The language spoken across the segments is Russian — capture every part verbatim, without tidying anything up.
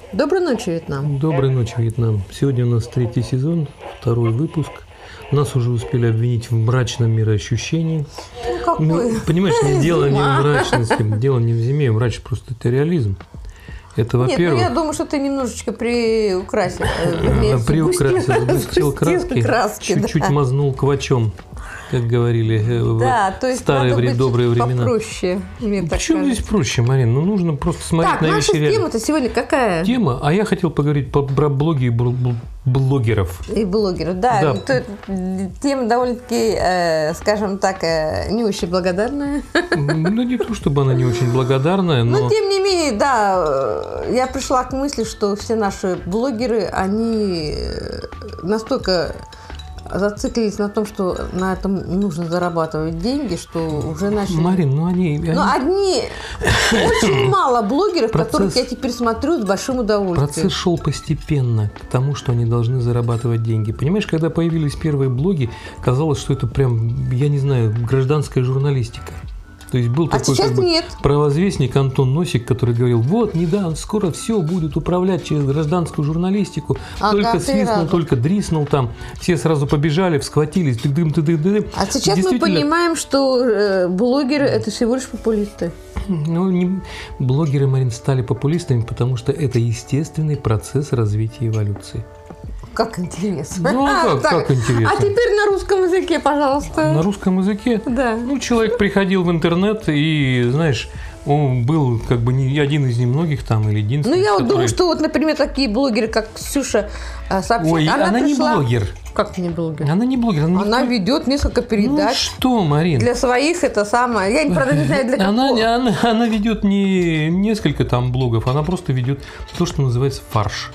Доброй ночи, Вьетнам. Доброй ночи, Вьетнам. Сегодня у нас третий сезон, второй выпуск. Нас уже успели обвинить в мрачном мироощущении. Ну, какой? Ну, понимаешь, не дело не в мрачности, дело не в зиме, мрач просто это реализм. Это, Нет, во-первых... ну я думаю, что ты немножечко приукрасил. Приукрасил, сгустил краски, краски чуть-чуть да. мазнул квачом, как говорили да, в то есть старые вре- добрые времена. Попроще, мне так Почему кажется. здесь проще, Марин? Ну, нужно просто смотреть так, на наша вещи реально. тема-то сегодня какая? Тема, а я хотел поговорить по- про блоги и бл- блогеров. И блогеров, да. Да. Это тема довольно-таки, э, скажем так, э, не очень благодарная. Ну, не то, чтобы она не очень благодарная, но... Но, тем не менее, да, э, я пришла к мысли, что все наши блогеры, они э, настолько зациклились на том, что на этом нужно зарабатывать деньги, что уже начали... Марин, ну они... они... Но одни... Очень мало блогеров, Процесс- которых я теперь смотрю с большим удовольствием. Процесс шел постепенно к тому, что они должны зарабатывать деньги. Понимаешь, когда появились первые блоги, казалось, что это прям, я не знаю, гражданская журналистика. То есть был А такой сейчас как бы нет. провозвестник Антон Носик, который говорил, вот, недавно, скоро все будет управлять через гражданскую журналистику. Ага, только ты свистнул, рада. только дриснул там. Все сразу побежали, всхватились. Тык-дым, тык-дым. А сейчас мы Действительно, понимаем, что э, блогеры – это всего лишь популисты. Ну, не... блогеры, Марин, стали популистами, потому что это естественный процесс развития эволюции. Как интересно. Ну, а как, Так, как интересно. А теперь на русском языке, пожалуйста. На русском языке? Да. Ну, человек приходил в интернет и, знаешь, он был как бы не один из немногих там или Ну, единственный. я вот который... думаю, что вот, например, такие блогеры, как Ксюша э, сообщает, Ой, она, она, пришла... не блогер. Как не блогер? Она не блогер. Она, Она не... ведет несколько Ну передач. что, Марин? Для своих это самое. Я, правда, не знаю, для какого. Она, она, она ведет не несколько там блогов, она просто ведет то, что называется фарш.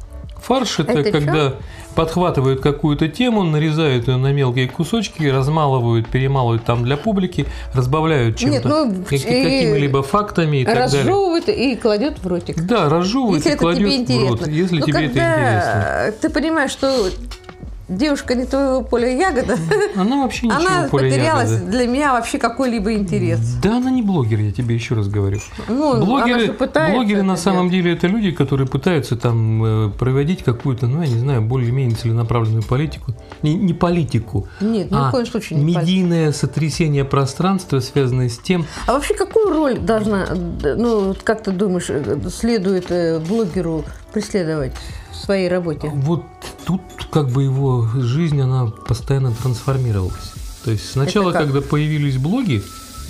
Фарш это, Это когда чё? подхватывают какую-то тему, нарезают ее на мелкие кусочки, размалывают, перемалывают там для публики, разбавляют чем-то, Нет, ну, как- и- какими-либо фактами и так далее. Разжевывает и кладет в ротик. Да, разжевывает Если и это кладет тебе в интересно. рот, если Но тебе когда это интересно. ты понимаешь, что девушка не твоего поля ягода, Она вообще ничего она поля потерялась ягоды. для меня вообще какой-либо интерес. Да, она не блогер, я тебе еще раз говорю. Ну, она Блогеры, же пытается блогеры на это самом делать. деле это люди, которые пытаются там э, проводить какую-то, ну я не знаю, более-менее целенаправленную политику. Не, не политику, Нет, ни в а коем случае не политика. медийное сотрясение пространства, связанное с тем, А вообще какую роль должна, ну, вот как ты думаешь, следует э, блогеру преследовать в своей работе? вот тут как бы его жизнь, она постоянно трансформировалась. То есть сначала, Это как? когда появились блоги,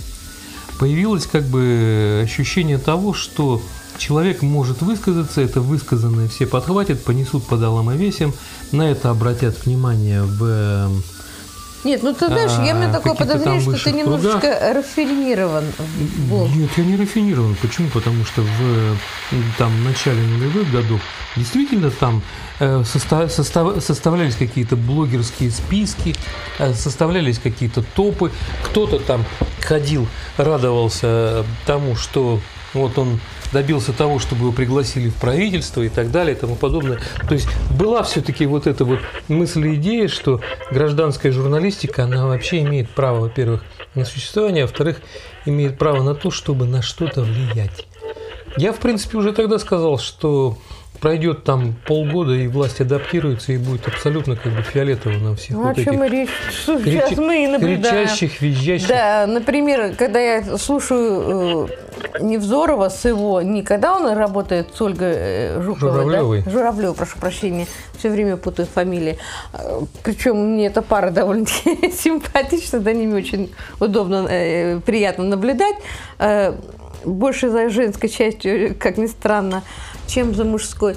появилось как бы ощущение того, что человек может высказаться, это высказанное все подхватят, понесут под аломовесем, на это обратят внимание в... Нет, ну ты знаешь, я у меня А, такое каких-то подозрение, там что ты высших немножечко рафинирован в блог. Нет, я не рафинирован. Почему? Потому что в там, начале нулевых годов действительно там э, состав, состав, составлялись какие-то блогерские списки, э, составлялись какие-то топы. Кто-то там ходил, радовался тому, что вот он добился того, чтобы его пригласили в правительство и так далее и тому подобное. То есть была все-таки вот эта вот мысль и идея, что гражданская журналистика, она вообще имеет право, во-первых, на существование, а во-вторых, имеет право на то, чтобы на что-то влиять. Я, в принципе, уже тогда сказал, что пройдет там полгода, и власть адаптируется, и будет абсолютно как бы фиолетово на всех Ну, вот о чем этих и речь? Сейчас крича- мы и наблюдаем. кричащих, визжащих. Да, например, когда я слушаю э, Невзорова с его, не когда он работает с Ольгой э, Жуковой, Журавлевой. да? Журавлевой, прошу прощения, все время путаю фамилии. Э, Причем мне эта пара довольно-таки симпатична, за ними очень удобно, э, приятно наблюдать. Э, больше за женской частью, как ни странно, чем за мужской.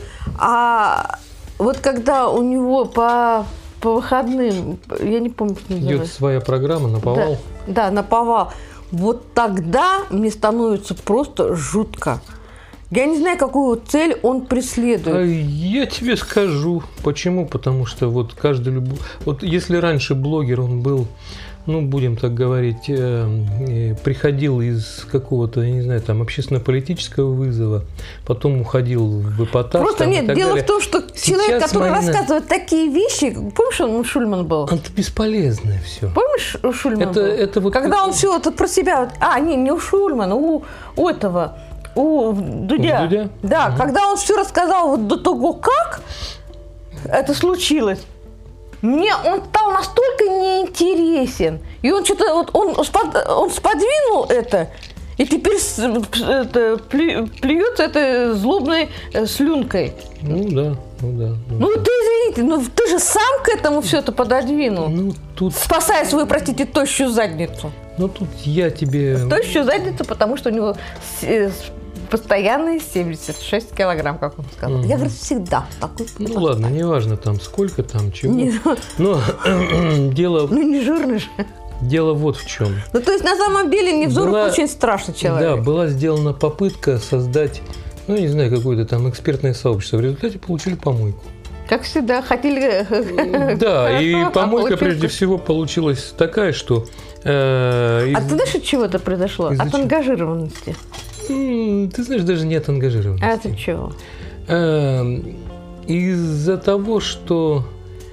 А вот когда у него по, по выходным, я не помню, как Идет называется. своя программа на повал. Да, да, наповал. Вот тогда мне становится просто жутко. Я не знаю, какую цель он А преследует. я тебе скажу, почему. Потому что вот каждый любой... Вот если раньше блогер, он был, ну, будем так говорить, э, э, приходил из какого-то, я не знаю, там, общественно-политического вызова, потом уходил в эпатаж. Просто там, и нет, так дело далее. в том, что человек, Сейчас, который Марина, рассказывает такие вещи, помнишь, он Шульман был? это бесполезное все. Помнишь, Шульман Это- был? это вот Когда как- он все это про себя... А, не, не у Шульмана, у, у этого... У Дудя. У Дудя? Да, Угу. когда он все рассказал вот до того, как это случилось, мне он стал настолько неинтересен. И он что-то, вот он, спод, он сподвинул это, и теперь с, это, плю, плюется этой злобной э, слюнкой. Ну да, ну да. Ну, Ну да. ты извините, ну ты же сам к этому все это пододвинул. Ну тут, Спасая свою, простите, тощую задницу. ну тут я тебе... Тощую задницу, потому что у него с- э, с- постоянные семьдесят шесть килограмм, как он сказал. Мгм. Я говорю, всегда такой. Ну ладно, неважно там сколько там, чего. Не, Но дело, ну не жирный же. дело вот в чем. Ну то есть на самом деле Невзоров Была- очень страшный человек. Да, была сделана попытка создать, ну, не знаю, какое-то там экспертное сообщество. В результате получили помойку. Как всегда, хотели... Да, и Хорошо, а помойка получилось прежде как? всего получилась такая, что... э, из- А ты знаешь, от чего это произошло? Из-за От чего? ангажированности. М, Ты знаешь, даже нет ангажированности. А от чего? Эм, Из-за того, что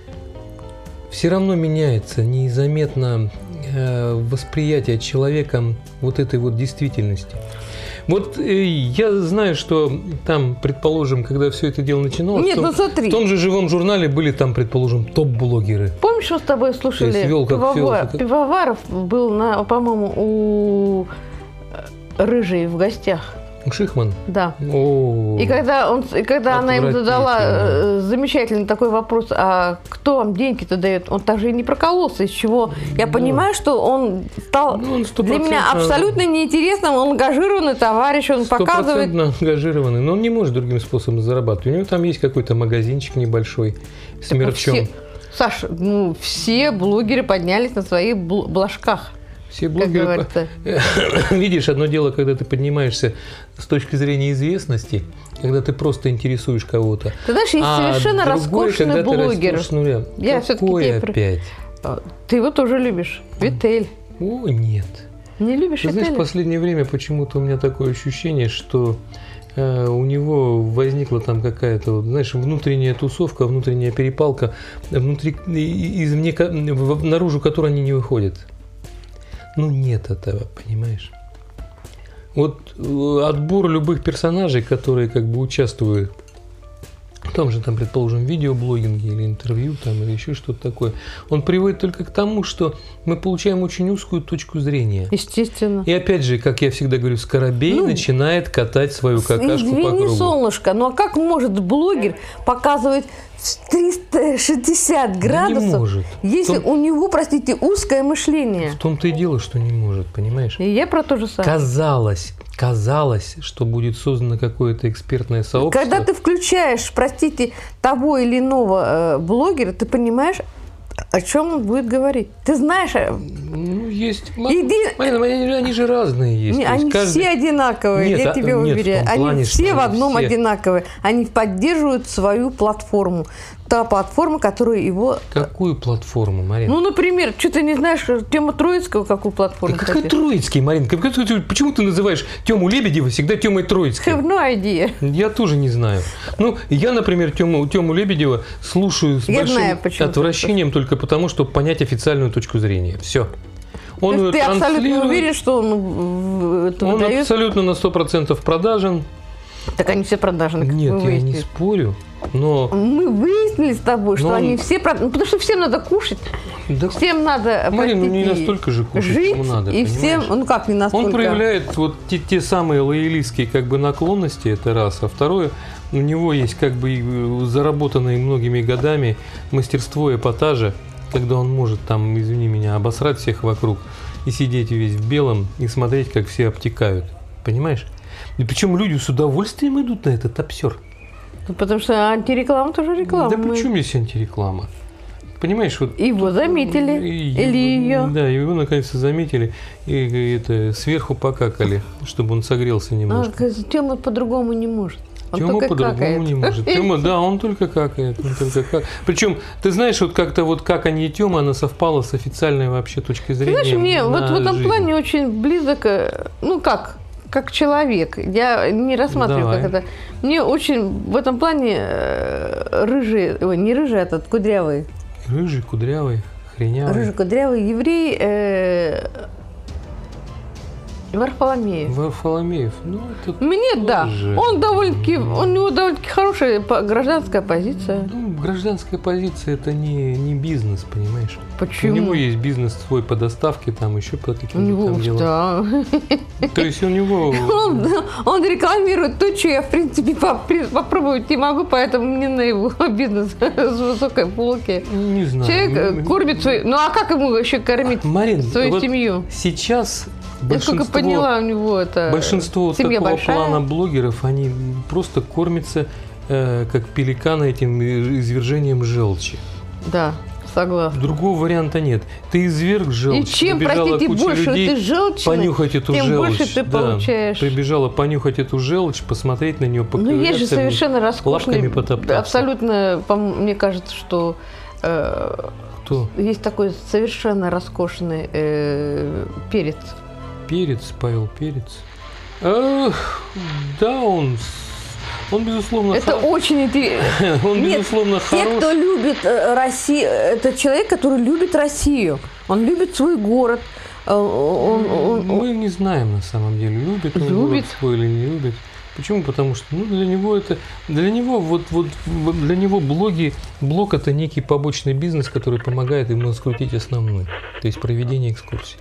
все равно меняется незаметно э, восприятие человеком вот этой вот действительности. Вот э, я знаю, что там, предположим, когда все это дело начиналось, Нет, в, том, ну смотри. в том же живом журнале были там, предположим, топ-блогеры. Помнишь, мы с тобой слушали, То есть вел как Пивовар- вел, как- Пивоваров был, на, по-моему, у э, Рыжей в гостях. Шихман. Да. О, И когда, он, и когда она ему задала Отвратительно. э, замечательный такой вопрос, а кто вам деньги-то дает, он также и не прокололся, из чего я Да. понимаю, что он стал Ну, он для меня стопроцентно- абсолютно неинтересным, он ангажированный товарищ, он показывает... стопроцентно ангажированный, но он не может другим способом зарабатывать. У него там есть какой-то магазинчик небольшой с мерчом. Все, Саша, ну, все блогеры поднялись на своих бл- блажках, Все как блогеры... говорится. по- Видишь, одно дело, когда ты поднимаешься с точки зрения известности, когда ты просто интересуешь кого-то. Ты знаешь, есть А совершенно другое, роскошный когда ты блогер. растешь с нуля. Я всё-таки Какой тебе про- опять? Ты его тоже любишь. Витель. О, нет. Не любишь Ты знаешь, в Вителя? последнее время почему-то у меня такое ощущение, что э, у него возникла там какая-то, вот, знаешь, внутренняя тусовка, внутренняя перепалка, внутри, и- извне, ко- в- наружу которой они не выходят. Ну, нет этого, понимаешь? Вот э, отбор любых персонажей, которые как бы участвуют в том же, там, предположим, видеоблогинге или интервью, там, или еще что-то такое, он приводит только к тому, что мы получаем очень узкую точку зрения. Естественно. И опять же, как я всегда говорю, Скоробей Ну, начинает катать свою какашку Извини, по кругу. солнышко, ну а как может блогер показывать в триста шестьдесят градусов, может. если В том- у него, простите, узкое мышление? В том-то и дело, что не может, понимаешь? И я про то же самое. Казалось, казалось, что будет создано какое-то экспертное сообщество. Когда ты включаешь, простите, того или иного э, блогера, ты понимаешь, о чем он будет говорить. Ты знаешь, э, Ну, есть... Иди- Марина, они, они же разные есть. не, То есть они каждый- все одинаковые, Нет, я а- тебе нет, в уверяю. том Они плане, все что в одном все. одинаковые. Они поддерживают свою платформу. Та платформа, которая его... Какую платформу, Марина? Ну, например, что ты не знаешь Тему Троицкого, какую платформу Да какой хотел? Троицкий, Маринка? Почему ты называешь Тему Лебедева всегда Темой Троицкой? Have no idea. Я тоже не знаю. Ну, я, например, Тему, Тему Лебедева слушаю с Я большим знаю, почему. отвращением только потому, чтобы понять официальную точку зрения. Все. Он То есть её ты абсолютно транслирует, уверен, что он в- это он выдает? абсолютно на сто процентов продажен. Так они все продажны, как Нет, мы я не выяснили. спорю, но... Мы выяснили с тобой, что Но он- они все... прод- Ну, потому что всем надо кушать, Да, всем надо, Марин, ну не простите, настолько же кушать жить, ему надо, и понимаешь? всем... Ну как не настолько? Он проявляет вот те, те самые лоялистские как бы наклонности, это раз. А второе, у него есть как бы и заработанное многими годами мастерство эпатажа, когда он может там, извини меня, обосрать всех вокруг и сидеть весь в белом и смотреть, как все обтекают. Понимаешь? И причем люди с удовольствием идут на этот обсер. Ну, потому что антиреклама тоже реклама. Да Мы- почему здесь антиреклама? Понимаешь, вот... Его заметили. И Или его- ее. Да, его наконец-то заметили и, и это, сверху покакали, чтобы он согрелся немножко. Тема по-другому не может. Он Тёма только по-другому какает. не может. Тёма, да, он только какает. Он только как... Причем, ты знаешь, вот как-то вот каканье Тёмы, она совпала с официальной вообще точкой Ты зрения. знаешь, мне на вот в этом жизнь. плане очень близок, э, ну как, как человек. Я не рассматриваю, Давай. как это. Мне очень в этом плане э, рыжий, ой, не рыжий, а этот кудрявый. Рыжий, кудрявый, хренявый. Рыжий кудрявый еврей. э, Варфоломеев. Варфоломеев. Ну, это Мне да. тоже- Он довольно-таки, у него довольно-таки хорошая по- гражданская позиция. Ну, гражданская позиция это не, не бизнес, понимаешь? Почему? У него есть бизнес свой по доставке, там еще по У каким-то него, там делам. да. То есть у него... Он, он рекламирует то, что я, в принципе, попри- попробовать не могу, поэтому мне на его бизнес с высокой полки. Не знаю. Человек э, М- кормит свою... Ну, а как ему еще кормить Марин, свою вот семью? сейчас Я сколько большинство, поняла, у него это... большинство семья такого большая. плана блогеров, они просто кормятся э, как пеликаны этим извержением желчи. Да, согласна. Другого варианта нет. Ты изверг желчь, И чем, прибежала простите, куча больше людей ты желчный, понюхать эту тем желчь. больше ты да, получаешь. Прибежала понюхать эту желчь, посмотреть на нее, Ну, есть же поковыряться в ней, совершенно роскошный, лапками потоптаться. абсолютно, по- мне кажется, что э, Кто? есть такой совершенно роскошный э, перец. Перец, Павел Перец. Эх, да, он, с- он безусловно, Это хор- очень интересно. он Нет, безусловно те, хорош. кто любит э, Россию, это человек, который любит Россию. Он любит свой город. Э, Он, он- он- Мы не знаем на самом деле, любит он город Любит. свой или не любит. Почему? Потому что ну, для него это, для него вот, вот вот для него блоги, блог это некий побочный бизнес, который помогает ему раскрутить основной, то есть проведение экскурсий.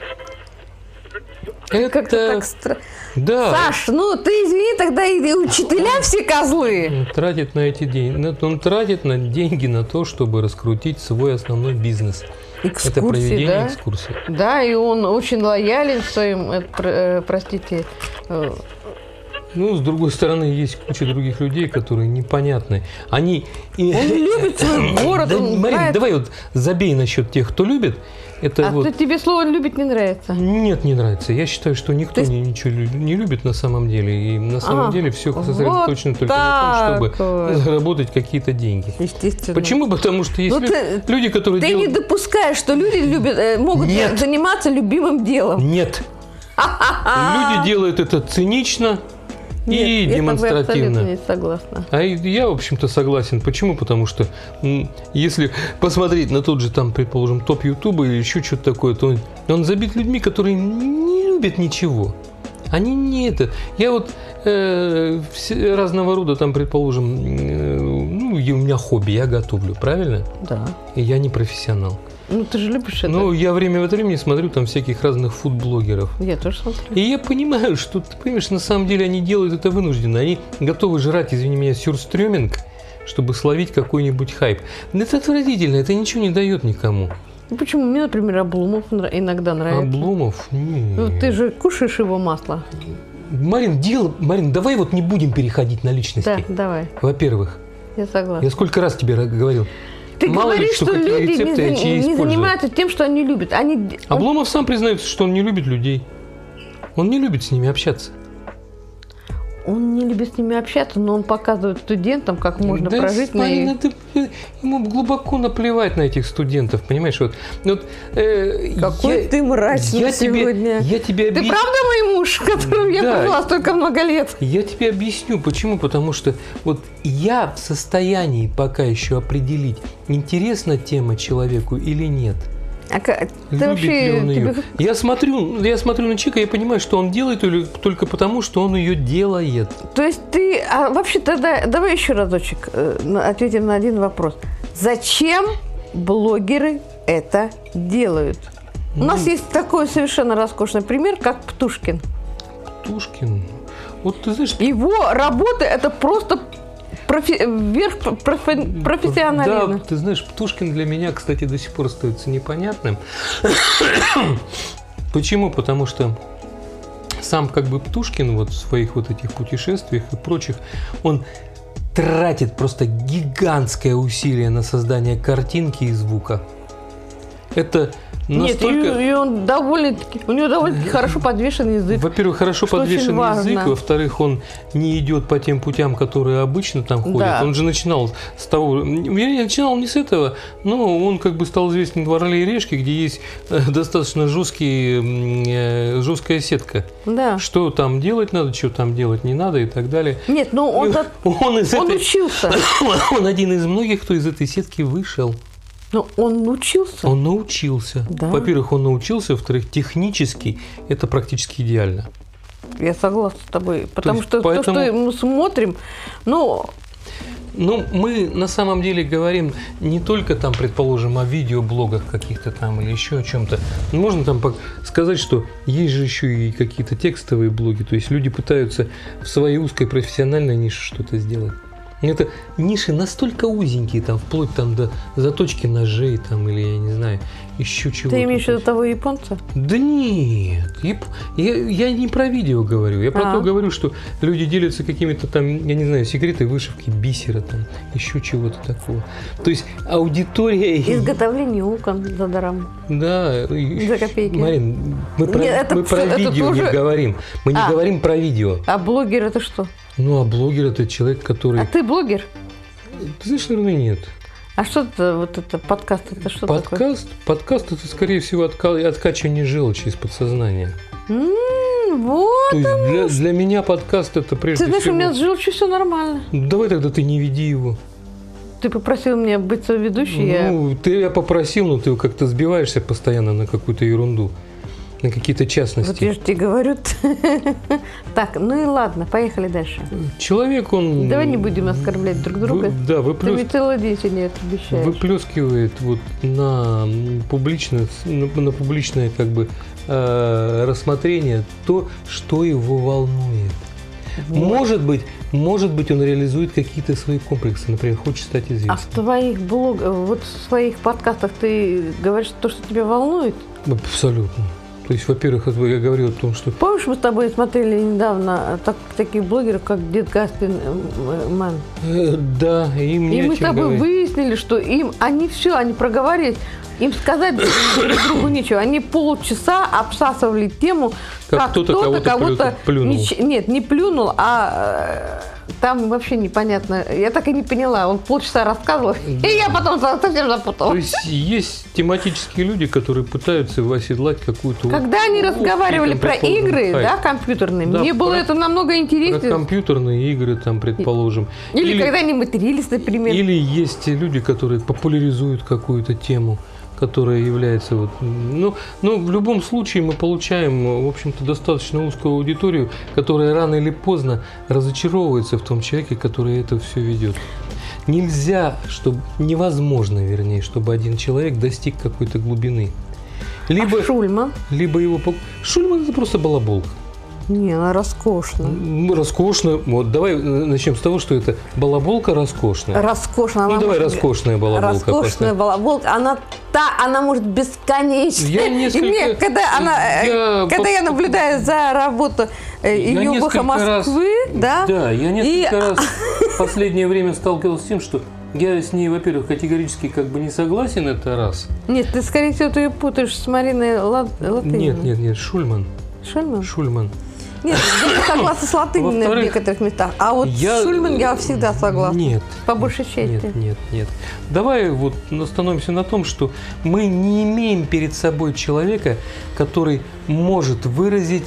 Это Как-то так стра- да. Саш, ну ты извини, тогда и и учителя все козлы. Он тратит на эти деньги, он тратит на деньги на то, чтобы раскрутить свой основной бизнес. Это Экскурсии, проведение да? экскурсий. Да, и он очень лоялен своим, э, пр- э, простите, э, Ну, с другой стороны, есть куча других людей, которые непонятны. Они... и- он любит свой город, Да, он Марин, знает. давай вот забей насчет тех, кто любит. Это А вот... то тебе слово «любит» не нравится. Нет, не нравится. Я считаю, что никто То есть- не, ничего лю- не любит на самом деле. И на самом А, деле все вот сосредоточено только на так том, чтобы вот. заработать какие-то деньги. Естественно. Почему? Потому что есть Ну, лю- ты- люди, которые Ты не делают... допускаешь, что люди любят, э, могут Нет. заниматься любимым делом. Нет. Люди делают это цинично и Нет, я с тобой демонстративно. абсолютно не согласна. А и я, в общем-то, согласен. Почему? Потому что м, если посмотреть на тот же, там, предположим, топ Ютуба или еще что-то такое, то он, он забит людьми, которые не любят ничего. Они не это. Я вот э, все разного рода, там, предположим, э, ну, и у меня хобби, я готовлю, правильно? Да. И я не профессионал. Ну, ты же любишь это. Ну, я время от времени смотрю там всяких разных фуд-блогеров. Я тоже смотрю. И я понимаю, что, ты понимаешь, на самом деле они делают это вынужденно. Они готовы жрать, извини меня, сюрстрёминг, чтобы словить какой-нибудь хайп. Но это отвратительно, это ничего не дает никому. Ну, почему? Мне, например, Обломов нра- иногда нравится. Обломов? Не. Ну, ты же кушаешь его масло. Марин, дело... Марин, давай вот не будем переходить на личности. Да, давай. Во-первых, Я согласна. я сколько раз тебе ра- говорил. Ты мало ли, говоришь, что что какие люди не, рецепты я за- чьи не использую. занимаются тем, что они любят. Они... Обломов сам признается, что он не любит людей. Он не любит с ними общаться. Он не любит с ними общаться, но он показывает студентам, как можно Да, прожить на Марина, их... ты- э, ему глубоко наплевать на этих студентов, понимаешь? Вот, вот, э, Какой я- ты мрачный я тебе, сегодня. я тебе Ты объяс- правда мой муж, которым я Да. прожила столько много лет? Я тебе объясню, почему. Потому что вот я в состоянии пока еще определить, интересна тема человеку или нет. А как- ты Любит ли вообще... он тебе ее. как- Я смотрю, я смотрю на человека, я понимаю, что он делает или- только потому, что он ее делает. То есть ты... А вообще тогда... Давай еще разочек э, на- ответим на один вопрос. Зачем блогеры это делают? У нас Ну. есть такой совершенно роскошный пример, как Птушкин. Птушкин. Вот ты знаешь, Его работа – это просто профи... верх профи... профессионализма. да, ты знаешь, Птушкин для меня, кстати, до сих пор остается непонятным. Почему? Потому что сам как бы Птушкин вот в своих вот этих путешествиях и прочих, он тратит просто гигантское усилие на создание картинки и звука. Это настолько... Нет, и, и он довольно-таки, у него довольно-таки хорошо подвешен язык. Во-первых, хорошо Что очень подвешен важно. язык, во-вторых, он не идет по тем путям, которые обычно там ходят. Да. Он же начинал с того, я начинал не с этого, но он как бы стал известен в «Орле и Решке», где есть э, достаточно жесткие, м, э, жесткая сетка. Да. Что там делать надо, что там делать не надо и так далее. Нет, но он, так- Он, из он этой- учился. он один из многих, кто из этой сетки вышел. Но он научился. Он научился. Да. Во-первых, он научился, во-вторых, технически это практически идеально. Я согласна с тобой. Потому есть что поэтому- то, что мы смотрим, ну, Ну, мы на самом деле говорим не только там, предположим, о видеоблогах каких-то там или еще о чем-то. Можно там пок- сказать, что есть же еще и какие-то текстовые блоги. То есть люди пытаются в своей узкой профессиональной нише что-то сделать. Это ниши настолько узенькие, там, вплоть там до заточки ножей, там, или я не знаю, еще чего-то. ты имеешь в виду того японца? Да нет, Яп- я, я не про видео говорю, я про А. то говорю, что люди делятся какими-то там, я не знаю, секреты вышивки, бисера, там, еще чего-то такого. То есть аудитория... Изготовление окон за даром. Да. и- За копейки. Марин, мы про, Нет, это мы про всё- это видео не тоже- говорим, мы не А. говорим про видео. А блогер это что? Ну, а блогер это человек, который... А ты блогер? Ты знаешь, наверное, нет. А что это, вот это, подкаст, это что такое? Подкаст, подкаст это, скорее всего, отка- откачивание желчи из подсознания. М, Вот. То есть для, для меня подкаст это прежде Ты знаешь, всего... у меня с желчью все нормально. Давай тогда ты не веди его. Ты попросил меня быть соведущей, я... Ну, ты я попросил, но ты как-то сбиваешься постоянно на какую-то ерунду, на какие-то Вот частности. я же тебе говорю. Так, ну и ладно, поехали дальше. Человек, он... Давай не будем оскорблять друг друга. вы- да, Ты выплес- мне целый день сегодня это обещаешь. выплескивает вот на публичное, на, на публичное как бы э, рассмотрение то, что его волнует. Может быть, может быть, он реализует какие-то свои комплексы, например, хочет стать А в известным. твоих блогах, вот в своих подкастах ты говоришь то, что тебя волнует? Абсолютно. То есть, во-первых, это я говорю о том, что Помнишь, мы с тобой смотрели недавно так- таких блогеров, как Дед Гаспин э, Мэн? э, да, им не И о мы с чем тобой говорить. выяснили, что им, они все, они проговорились, им сказать друг другу нечего. Они полчаса обсасывали тему, Как как, кто-то кто-то кого-то кого-то... плюнул. неч- Нет, не плюнул, а э, там вообще непонятно. Я так и не поняла. Он полчаса рассказывал, и я потом совсем запуталась. То есть есть тематические люди, которые пытаются оседлать какую-то... Когда они общий, разговаривали там, про предположим, игры, хайп. да, компьютерные, Да, мне было про- это намного Про интереснее. компьютерные игры, там, предположим. Или, когда они матерились, например. Или есть люди, которые популяризуют какую-то тему, которая является вот, ну, ну, в любом случае мы получаем, в общем-то, достаточно узкую аудиторию, которая рано или поздно разочаровывается в том человеке, который это все ведет. Нельзя, чтобы, невозможно, вернее, чтобы один человек достиг какой-то глубины. Либо, А Шульман? либо его... пол- Шульман это просто балаболка. Не, она роскошна. М, Роскошно. Вот давай э, начнем с того, что это балаболка роскошная. Роскошно. Ну она давай может- роскошная балаболка. Роскошная поставь. балаболка, она та, она может бесконечно. Я несколько- И мне, когда она, э, я когда по- я наблюдаю за работой Я ее несколько Москвы, да, Да, я и- несколько раз в последнее время сталкивался с тем, что я с ней, во-первых, категорически как бы не согласен, это раз. Нет, ты, скорее всего, ты ее путаешь с Мариной Лат- Латыниной. Нет, нет, нет, Шульман. Шульман? Шульман. Нет, я не согласна с Латыниной в Во-вторых, некоторых местах. А вот я- с Шульман я всегда согласна. Нет. По большей части. Нет, нет, нет. Давай вот остановимся на том, что мы не имеем перед собой человека, который может выразить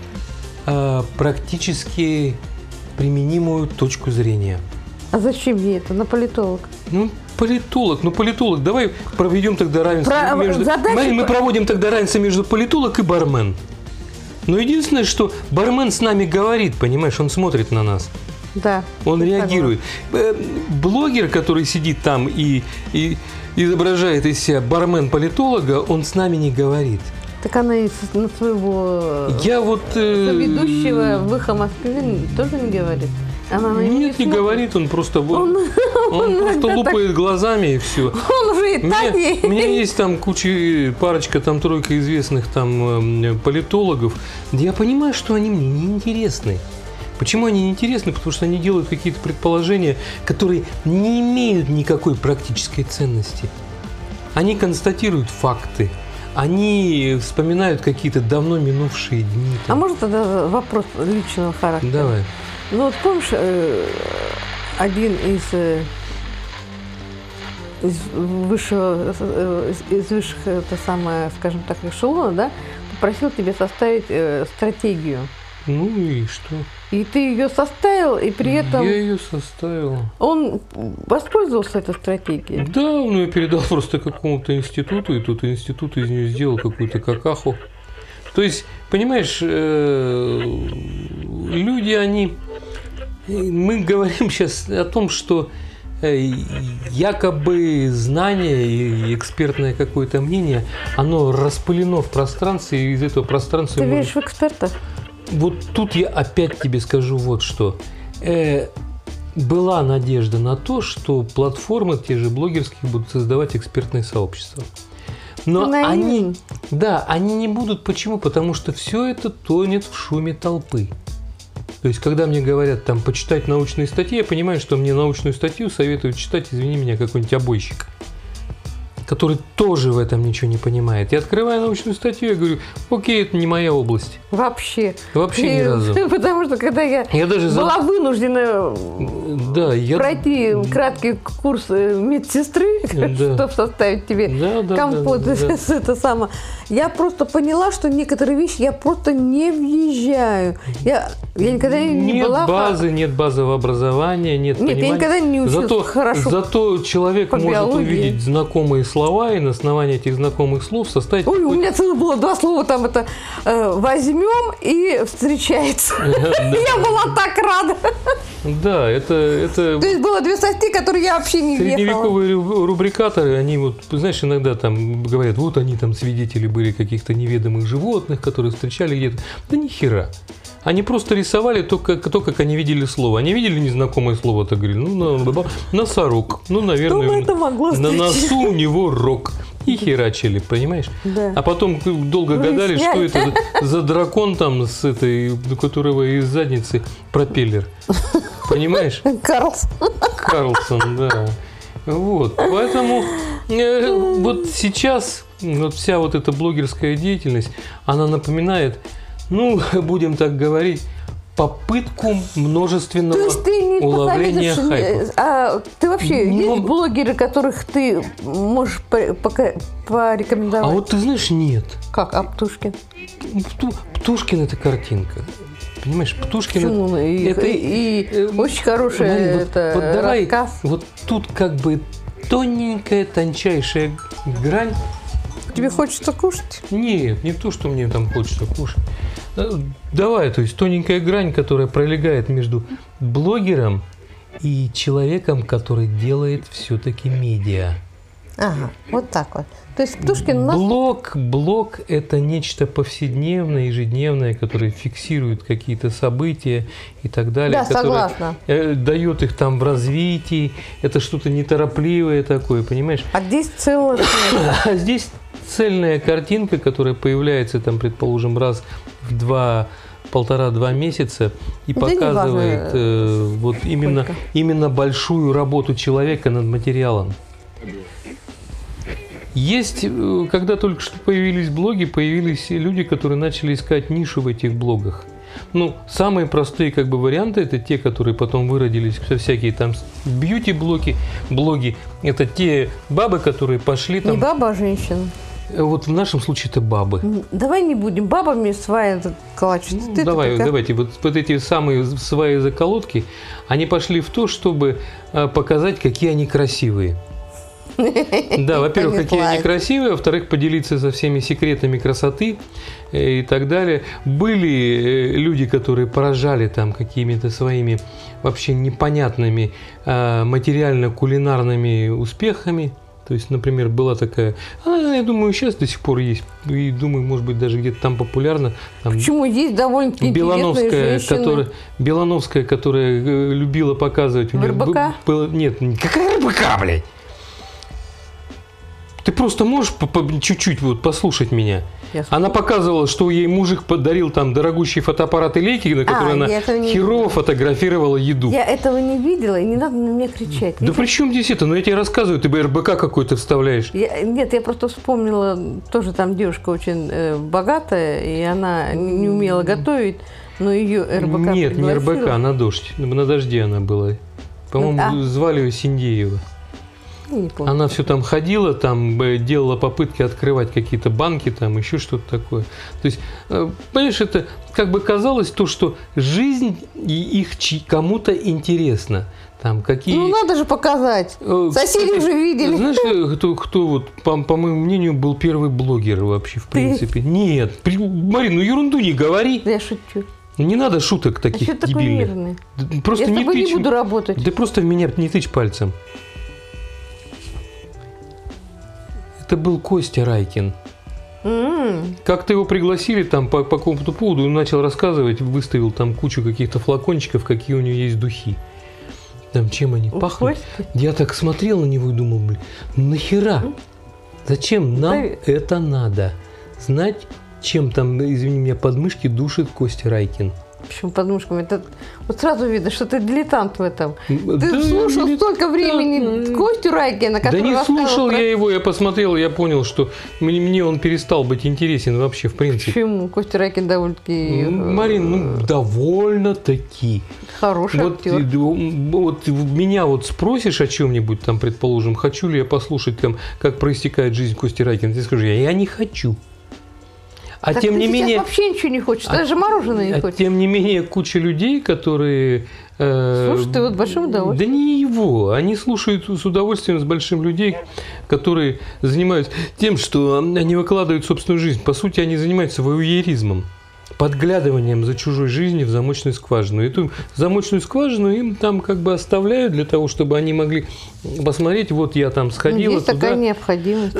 э, практически применимую точку зрения. А зачем ей это? На политолог. Ну, политолог, ну политолог, давай проведем тогда равенство Про- между... задачи Марин, мы по- проводим тогда равенство между политолог и бармен. Но единственное, что бармен с нами говорит, понимаешь, он смотрит на нас. Да. Он реагирует. Э, Блогер, который сидит там и, и изображает из себя бармен-политолога, он с нами не говорит. Так она и с- на своего Я вот... э, ведущего в «Эхо Москвы» тоже не говорит. Она на него Нет, не смотрит. говорит, он просто, вот- он, он просто иногда лупает глазами и все. Он уже и У так меня, ей. у меня есть там куча, парочка, там тройка известных там э, политологов. Да я понимаю, что они мне не интересны. Почему они не интересны? Потому что они делают какие-то предположения, которые не имеют никакой практической ценности. Они констатируют факты. Они вспоминают какие-то давно минувшие дни. А там. может тогда вопрос личного характера? Давай. Ну вот помнишь, э, один из, э, из высшего, э, из из высших, это самое, скажем так, эшелона, да, попросил тебя составить э, стратегию. Ну и что? И ты ее составил, и при этом Я ее составил. он воспользовался этой стратегией. Да, он ее передал просто какому-то институту, и тут институт из нее сделал какую-то какаху. То есть, понимаешь, люди, они... Мы говорим сейчас о том, что якобы знание и экспертное какое-то мнение, оно распылено в пространстве, и из этого пространства... Ты может... веришь в экспертов? Вот тут я опять тебе скажу вот что. Э, была надежда на то, что платформы, те же блогерские, будут создавать экспертные сообщества. Но они, да, они не будут. Почему? Потому что все это тонет в шуме толпы. То есть, когда мне говорят там почитать научные статьи, я понимаю, что мне научную статью советуют читать, извини меня, какой-нибудь обойщик, который тоже в этом ничего не понимает. Я открываю научную статью, я говорю, окей, это не моя область. Вообще. Вообще и, ни разу. Потому что когда я, я даже была за... вынуждена да, я... пройти краткий курс медсестры, да. чтобы составить тебе да, да, компот, да, да, да. это самое, я просто поняла, что некоторые вещи я просто не въезжаю. Я, я никогда не нет была... Нет базы, нет базового образования, нет, нет понимания. Я никогда не училась зато, хорошо. Зато человек может биологии. увидеть знакомые слова и на основании этих знакомых слов составить... Ой, у меня целых было два слова, там это э, возьмем и встречается. Я была так рада. Да, это, это... То есть было две статьи, которые я вообще не въехала. Средневековые рубрикаторы, они вот, знаешь, иногда там говорят, вот они там свидетели были каких-то неведомых животных, которые встречали где-то. Да ни хера. Они просто рисовали только то, как они видели слово. Они видели незнакомое слово, так говорили, ну, на, носорог, ну, наверное, Думаю, это могло на носу у него рог. И херачили, понимаешь? Да. А потом долго гадали, что это за, за дракон там, с этой, у которого из задницы пропеллер. Понимаешь? Карлсон. Карлсон, да. Вот, поэтому э, вот сейчас вот вся вот эта блогерская деятельность, она напоминает, ну, будем так говорить, попытку множественного То есть ты не уловления хайпа. А ты вообще, Но... есть блогеры, которых ты можешь порекомендовать? А вот ты знаешь, нет. Как? А Птушкин? Птушкин – это картинка. Понимаешь, Птушкин Почему? это, И, это и, и очень хороший вот, это вот давай, рассказ. Вот тут как бы тоненькая, тончайшая грань. Тебе хочется кушать? Нет, не то, что мне там хочется кушать. Давай, то есть тоненькая грань, которая пролегает между блогером и человеком, который делает все-таки медиа. Ага, вот так вот. То есть Птушкин у нас... Блог, блог – это нечто повседневное, ежедневное, которое фиксирует какие-то события и так далее. Да, которое согласна. Дает их там в развитии. Это что-то неторопливое такое, понимаешь? А здесь целое... А здесь цельная картинка, которая появляется, там, предположим, раз в два полтора-два месяца и да показывает э, вот именно, именно большую работу человека над материалом. Есть, когда только что появились блоги, появились люди, которые начали искать нишу в этих блогах. Ну, самые простые как бы варианты, это те, которые потом выродились, всякие там бьюти-блоги, блоги. Это те бабы, которые пошли там... Не баба, а женщина. Вот в нашем случае это бабы. Давай не будем бабами сваи заколачивать. Ну, давай, такая... давайте. Вот, вот эти самые сваи-заколотки, они пошли в то, чтобы а, показать, какие они красивые. Да, во-первых, какие они красивые, во-вторых, поделиться со всеми секретами красоты и так далее. Были люди, которые поражали там какими-то своими вообще непонятными а, материально-кулинарными успехами. То есть, например, была такая, а, я думаю, сейчас до сих пор есть, и думаю, может быть, даже где-то там популярно. Там, почему есть довольно-таки Белановская, которая, Белановская, которая любила показывать... У РБК? Было, нет, какая РБК, блядь? Ты просто можешь чуть-чуть вот послушать меня? Я Она показывала, что ей мужик подарил там дорогущий фотоаппарат и лейки, на которой а, она херово фотографировала еду. Я этого не видела, и не надо на меня кричать. Да при чем здесь это? Ну я тебе рассказываю, ты бы РБК какой-то вставляешь. Я, нет, я просто вспомнила, тоже там девушка очень э, богатая, и она не умела готовить, но ее РБК Нет, пригласила. не РБК, на дождь. На дожде она была. По-моему, а? звали ее Синдеева. Я не помню. Она все там ходила, там э, делала попытки открывать какие-то банки, там еще что-то такое. То есть, э, понимаешь, это как бы казалось то, что жизнь и их чи- кому-то интересна. Там какие... Ну, надо же показать. Э, Соседи кстати, уже видели. Знаешь, э, кто, кто вот, по, по моему мнению, был первый блогер вообще, в принципе? Нет. При... Марин, ну ерунду не говори. Да я шучу. Не надо шуток А таких что такое дебильных. нервный? Да Просто Я с не тобой тычь. не буду работать. Да просто в меня не тычь пальцем. Это был Костя Райкин. М. Как-то его пригласили там по, по какому-то поводу, он начал рассказывать, выставил там кучу каких-то флакончиков, какие у него есть духи. Там чем они У пахнут. Кости? Я так смотрел на него и думал, блин, ну нахера? Зачем нам Да. это надо? Знать, чем там, извини меня, подмышки душит Костя Райкин. Почему подмышками? Это вот сразу видно, что ты дилетант в этом. Ты Да, слушал не- столько времени да, Костю Райкина, Да который не рассказывал слушал про... я его, я посмотрел, я понял, что мне, мне он перестал быть интересен вообще, в принципе. Почему? Костя Райкин довольно-таки э, Марин, ну, довольно-таки. хороший Вот, актер. и, вот меня вот спросишь о чем-нибудь, там, предположим, хочу ли я послушать, там, как проистекает жизнь Кости Райкина, ты скажи, я не хочу. А Так тем ты не сейчас менее, вообще ничего не хочешь, а- даже мороженое не а хочешь. тем не менее, куча людей, которые... э, Слушай, ты вот большим Да удовольствием. не его, они слушают с удовольствием с большим людей, которые занимаются тем, что они выкладывают собственную жизнь. По сути, они занимаются воюеризмом, подглядыванием за чужой жизнью в замочную скважину. Эту замочную скважину им там как бы оставляют для того, чтобы они могли посмотреть, вот я там сходила Есть туда. такая необходимость.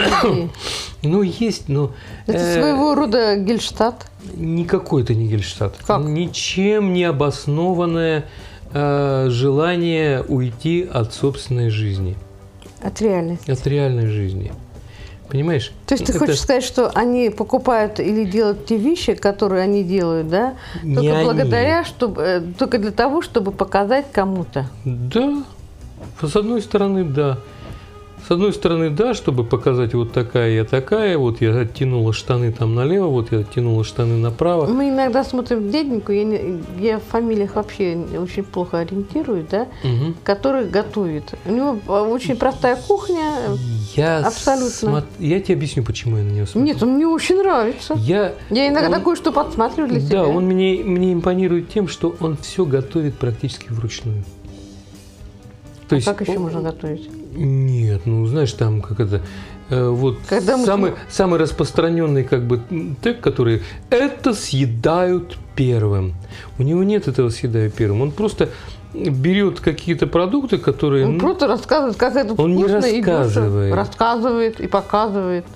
Ну, есть, но... Это э, своего рода Гельштадт. Никакой это не Гельштадт. Как? Ничем не обоснованное э, желание уйти от собственной жизни, От реальности. от реальной жизни. Понимаешь? То есть ты Это хочешь сказать, что они покупают или делают те вещи, которые они делают, да? не Только они. благодаря, чтобы, э, только для того, чтобы показать кому-то. Да, с одной стороны, да. С одной стороны, да, чтобы показать, вот такая я такая, вот я оттянула штаны там налево, вот я оттянула штаны направо. Мы иногда смотрим дяденьку, я, не- я в фамилиях вообще очень плохо ориентируюсь, да, Мгм. который готовит. У него э, очень простая кухня. Я, Абсолютно. смо- я тебе объясню, почему я на него смотрю. Нет, он мне очень нравится. Я, Я иногда он- кое-что подсматриваю для себя. Да, он мне, мне импонирует тем, что он все готовит практически вручную. То А как еще он- можно готовить? Нет, ну знаешь, там как это, э, вот Когда мы- самый, самый распространенный как бы м, тег, который это съедают первым. У него нет этого съедаю первым. Он просто берет какие-то продукты, которые... Он ну, просто рассказывает, как это Он не вкусно и дешево. рассказывает. Рассказывает и показывает.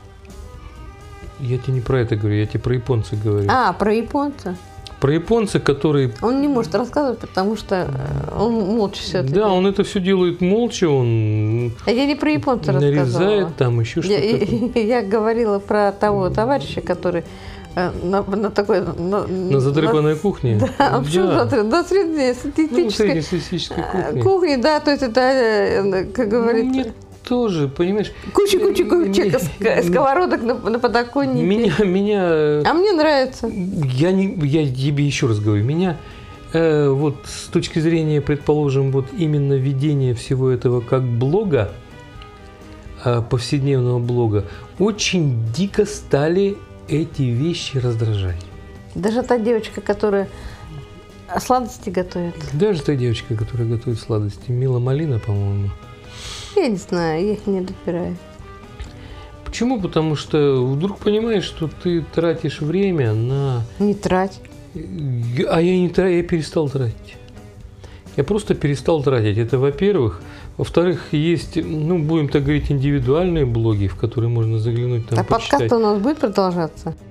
Я тебе не про это говорю, я тебе про японцев говорю. А, про японца. Про японца, которые... Он не может рассказывать, потому что э, он молча все это Да, делает. он это все делает молча, он А я не про японца рассказывала. нарезает там еще Я, что-то. я говорила про того товарища, который э, на, на такой... На, На задрыпанной кухне? Да, почему задры- на Ну, среднестатистической среднестатистической э, кухне. кухне, да, то есть это, э, как Ну, говорится, мне тоже, понимаешь? куча-куча М- куча м- сковородок на, на подоконнике. Меня, меня, А мне нравится. я не, я тебе еще раз говорю, меня э, вот с точки зрения, предположим, вот именно ведения всего этого как блога, э, повседневного блога, очень дико стали эти вещи раздражать. Даже та девочка, которая сладости готовит. Даже та девочка, которая готовит сладости, Мила Малина, по-моему. Я не знаю, я их не добираю. Почему? Потому что вдруг понимаешь, что ты тратишь время на... Не трать. А я не тра- я перестал тратить. Я просто перестал тратить. Это, во-первых. Во-вторых, есть, ну, будем так говорить, индивидуальные блоги, в которые можно заглянуть, там, А почитать. подкаст у нас будет продолжаться?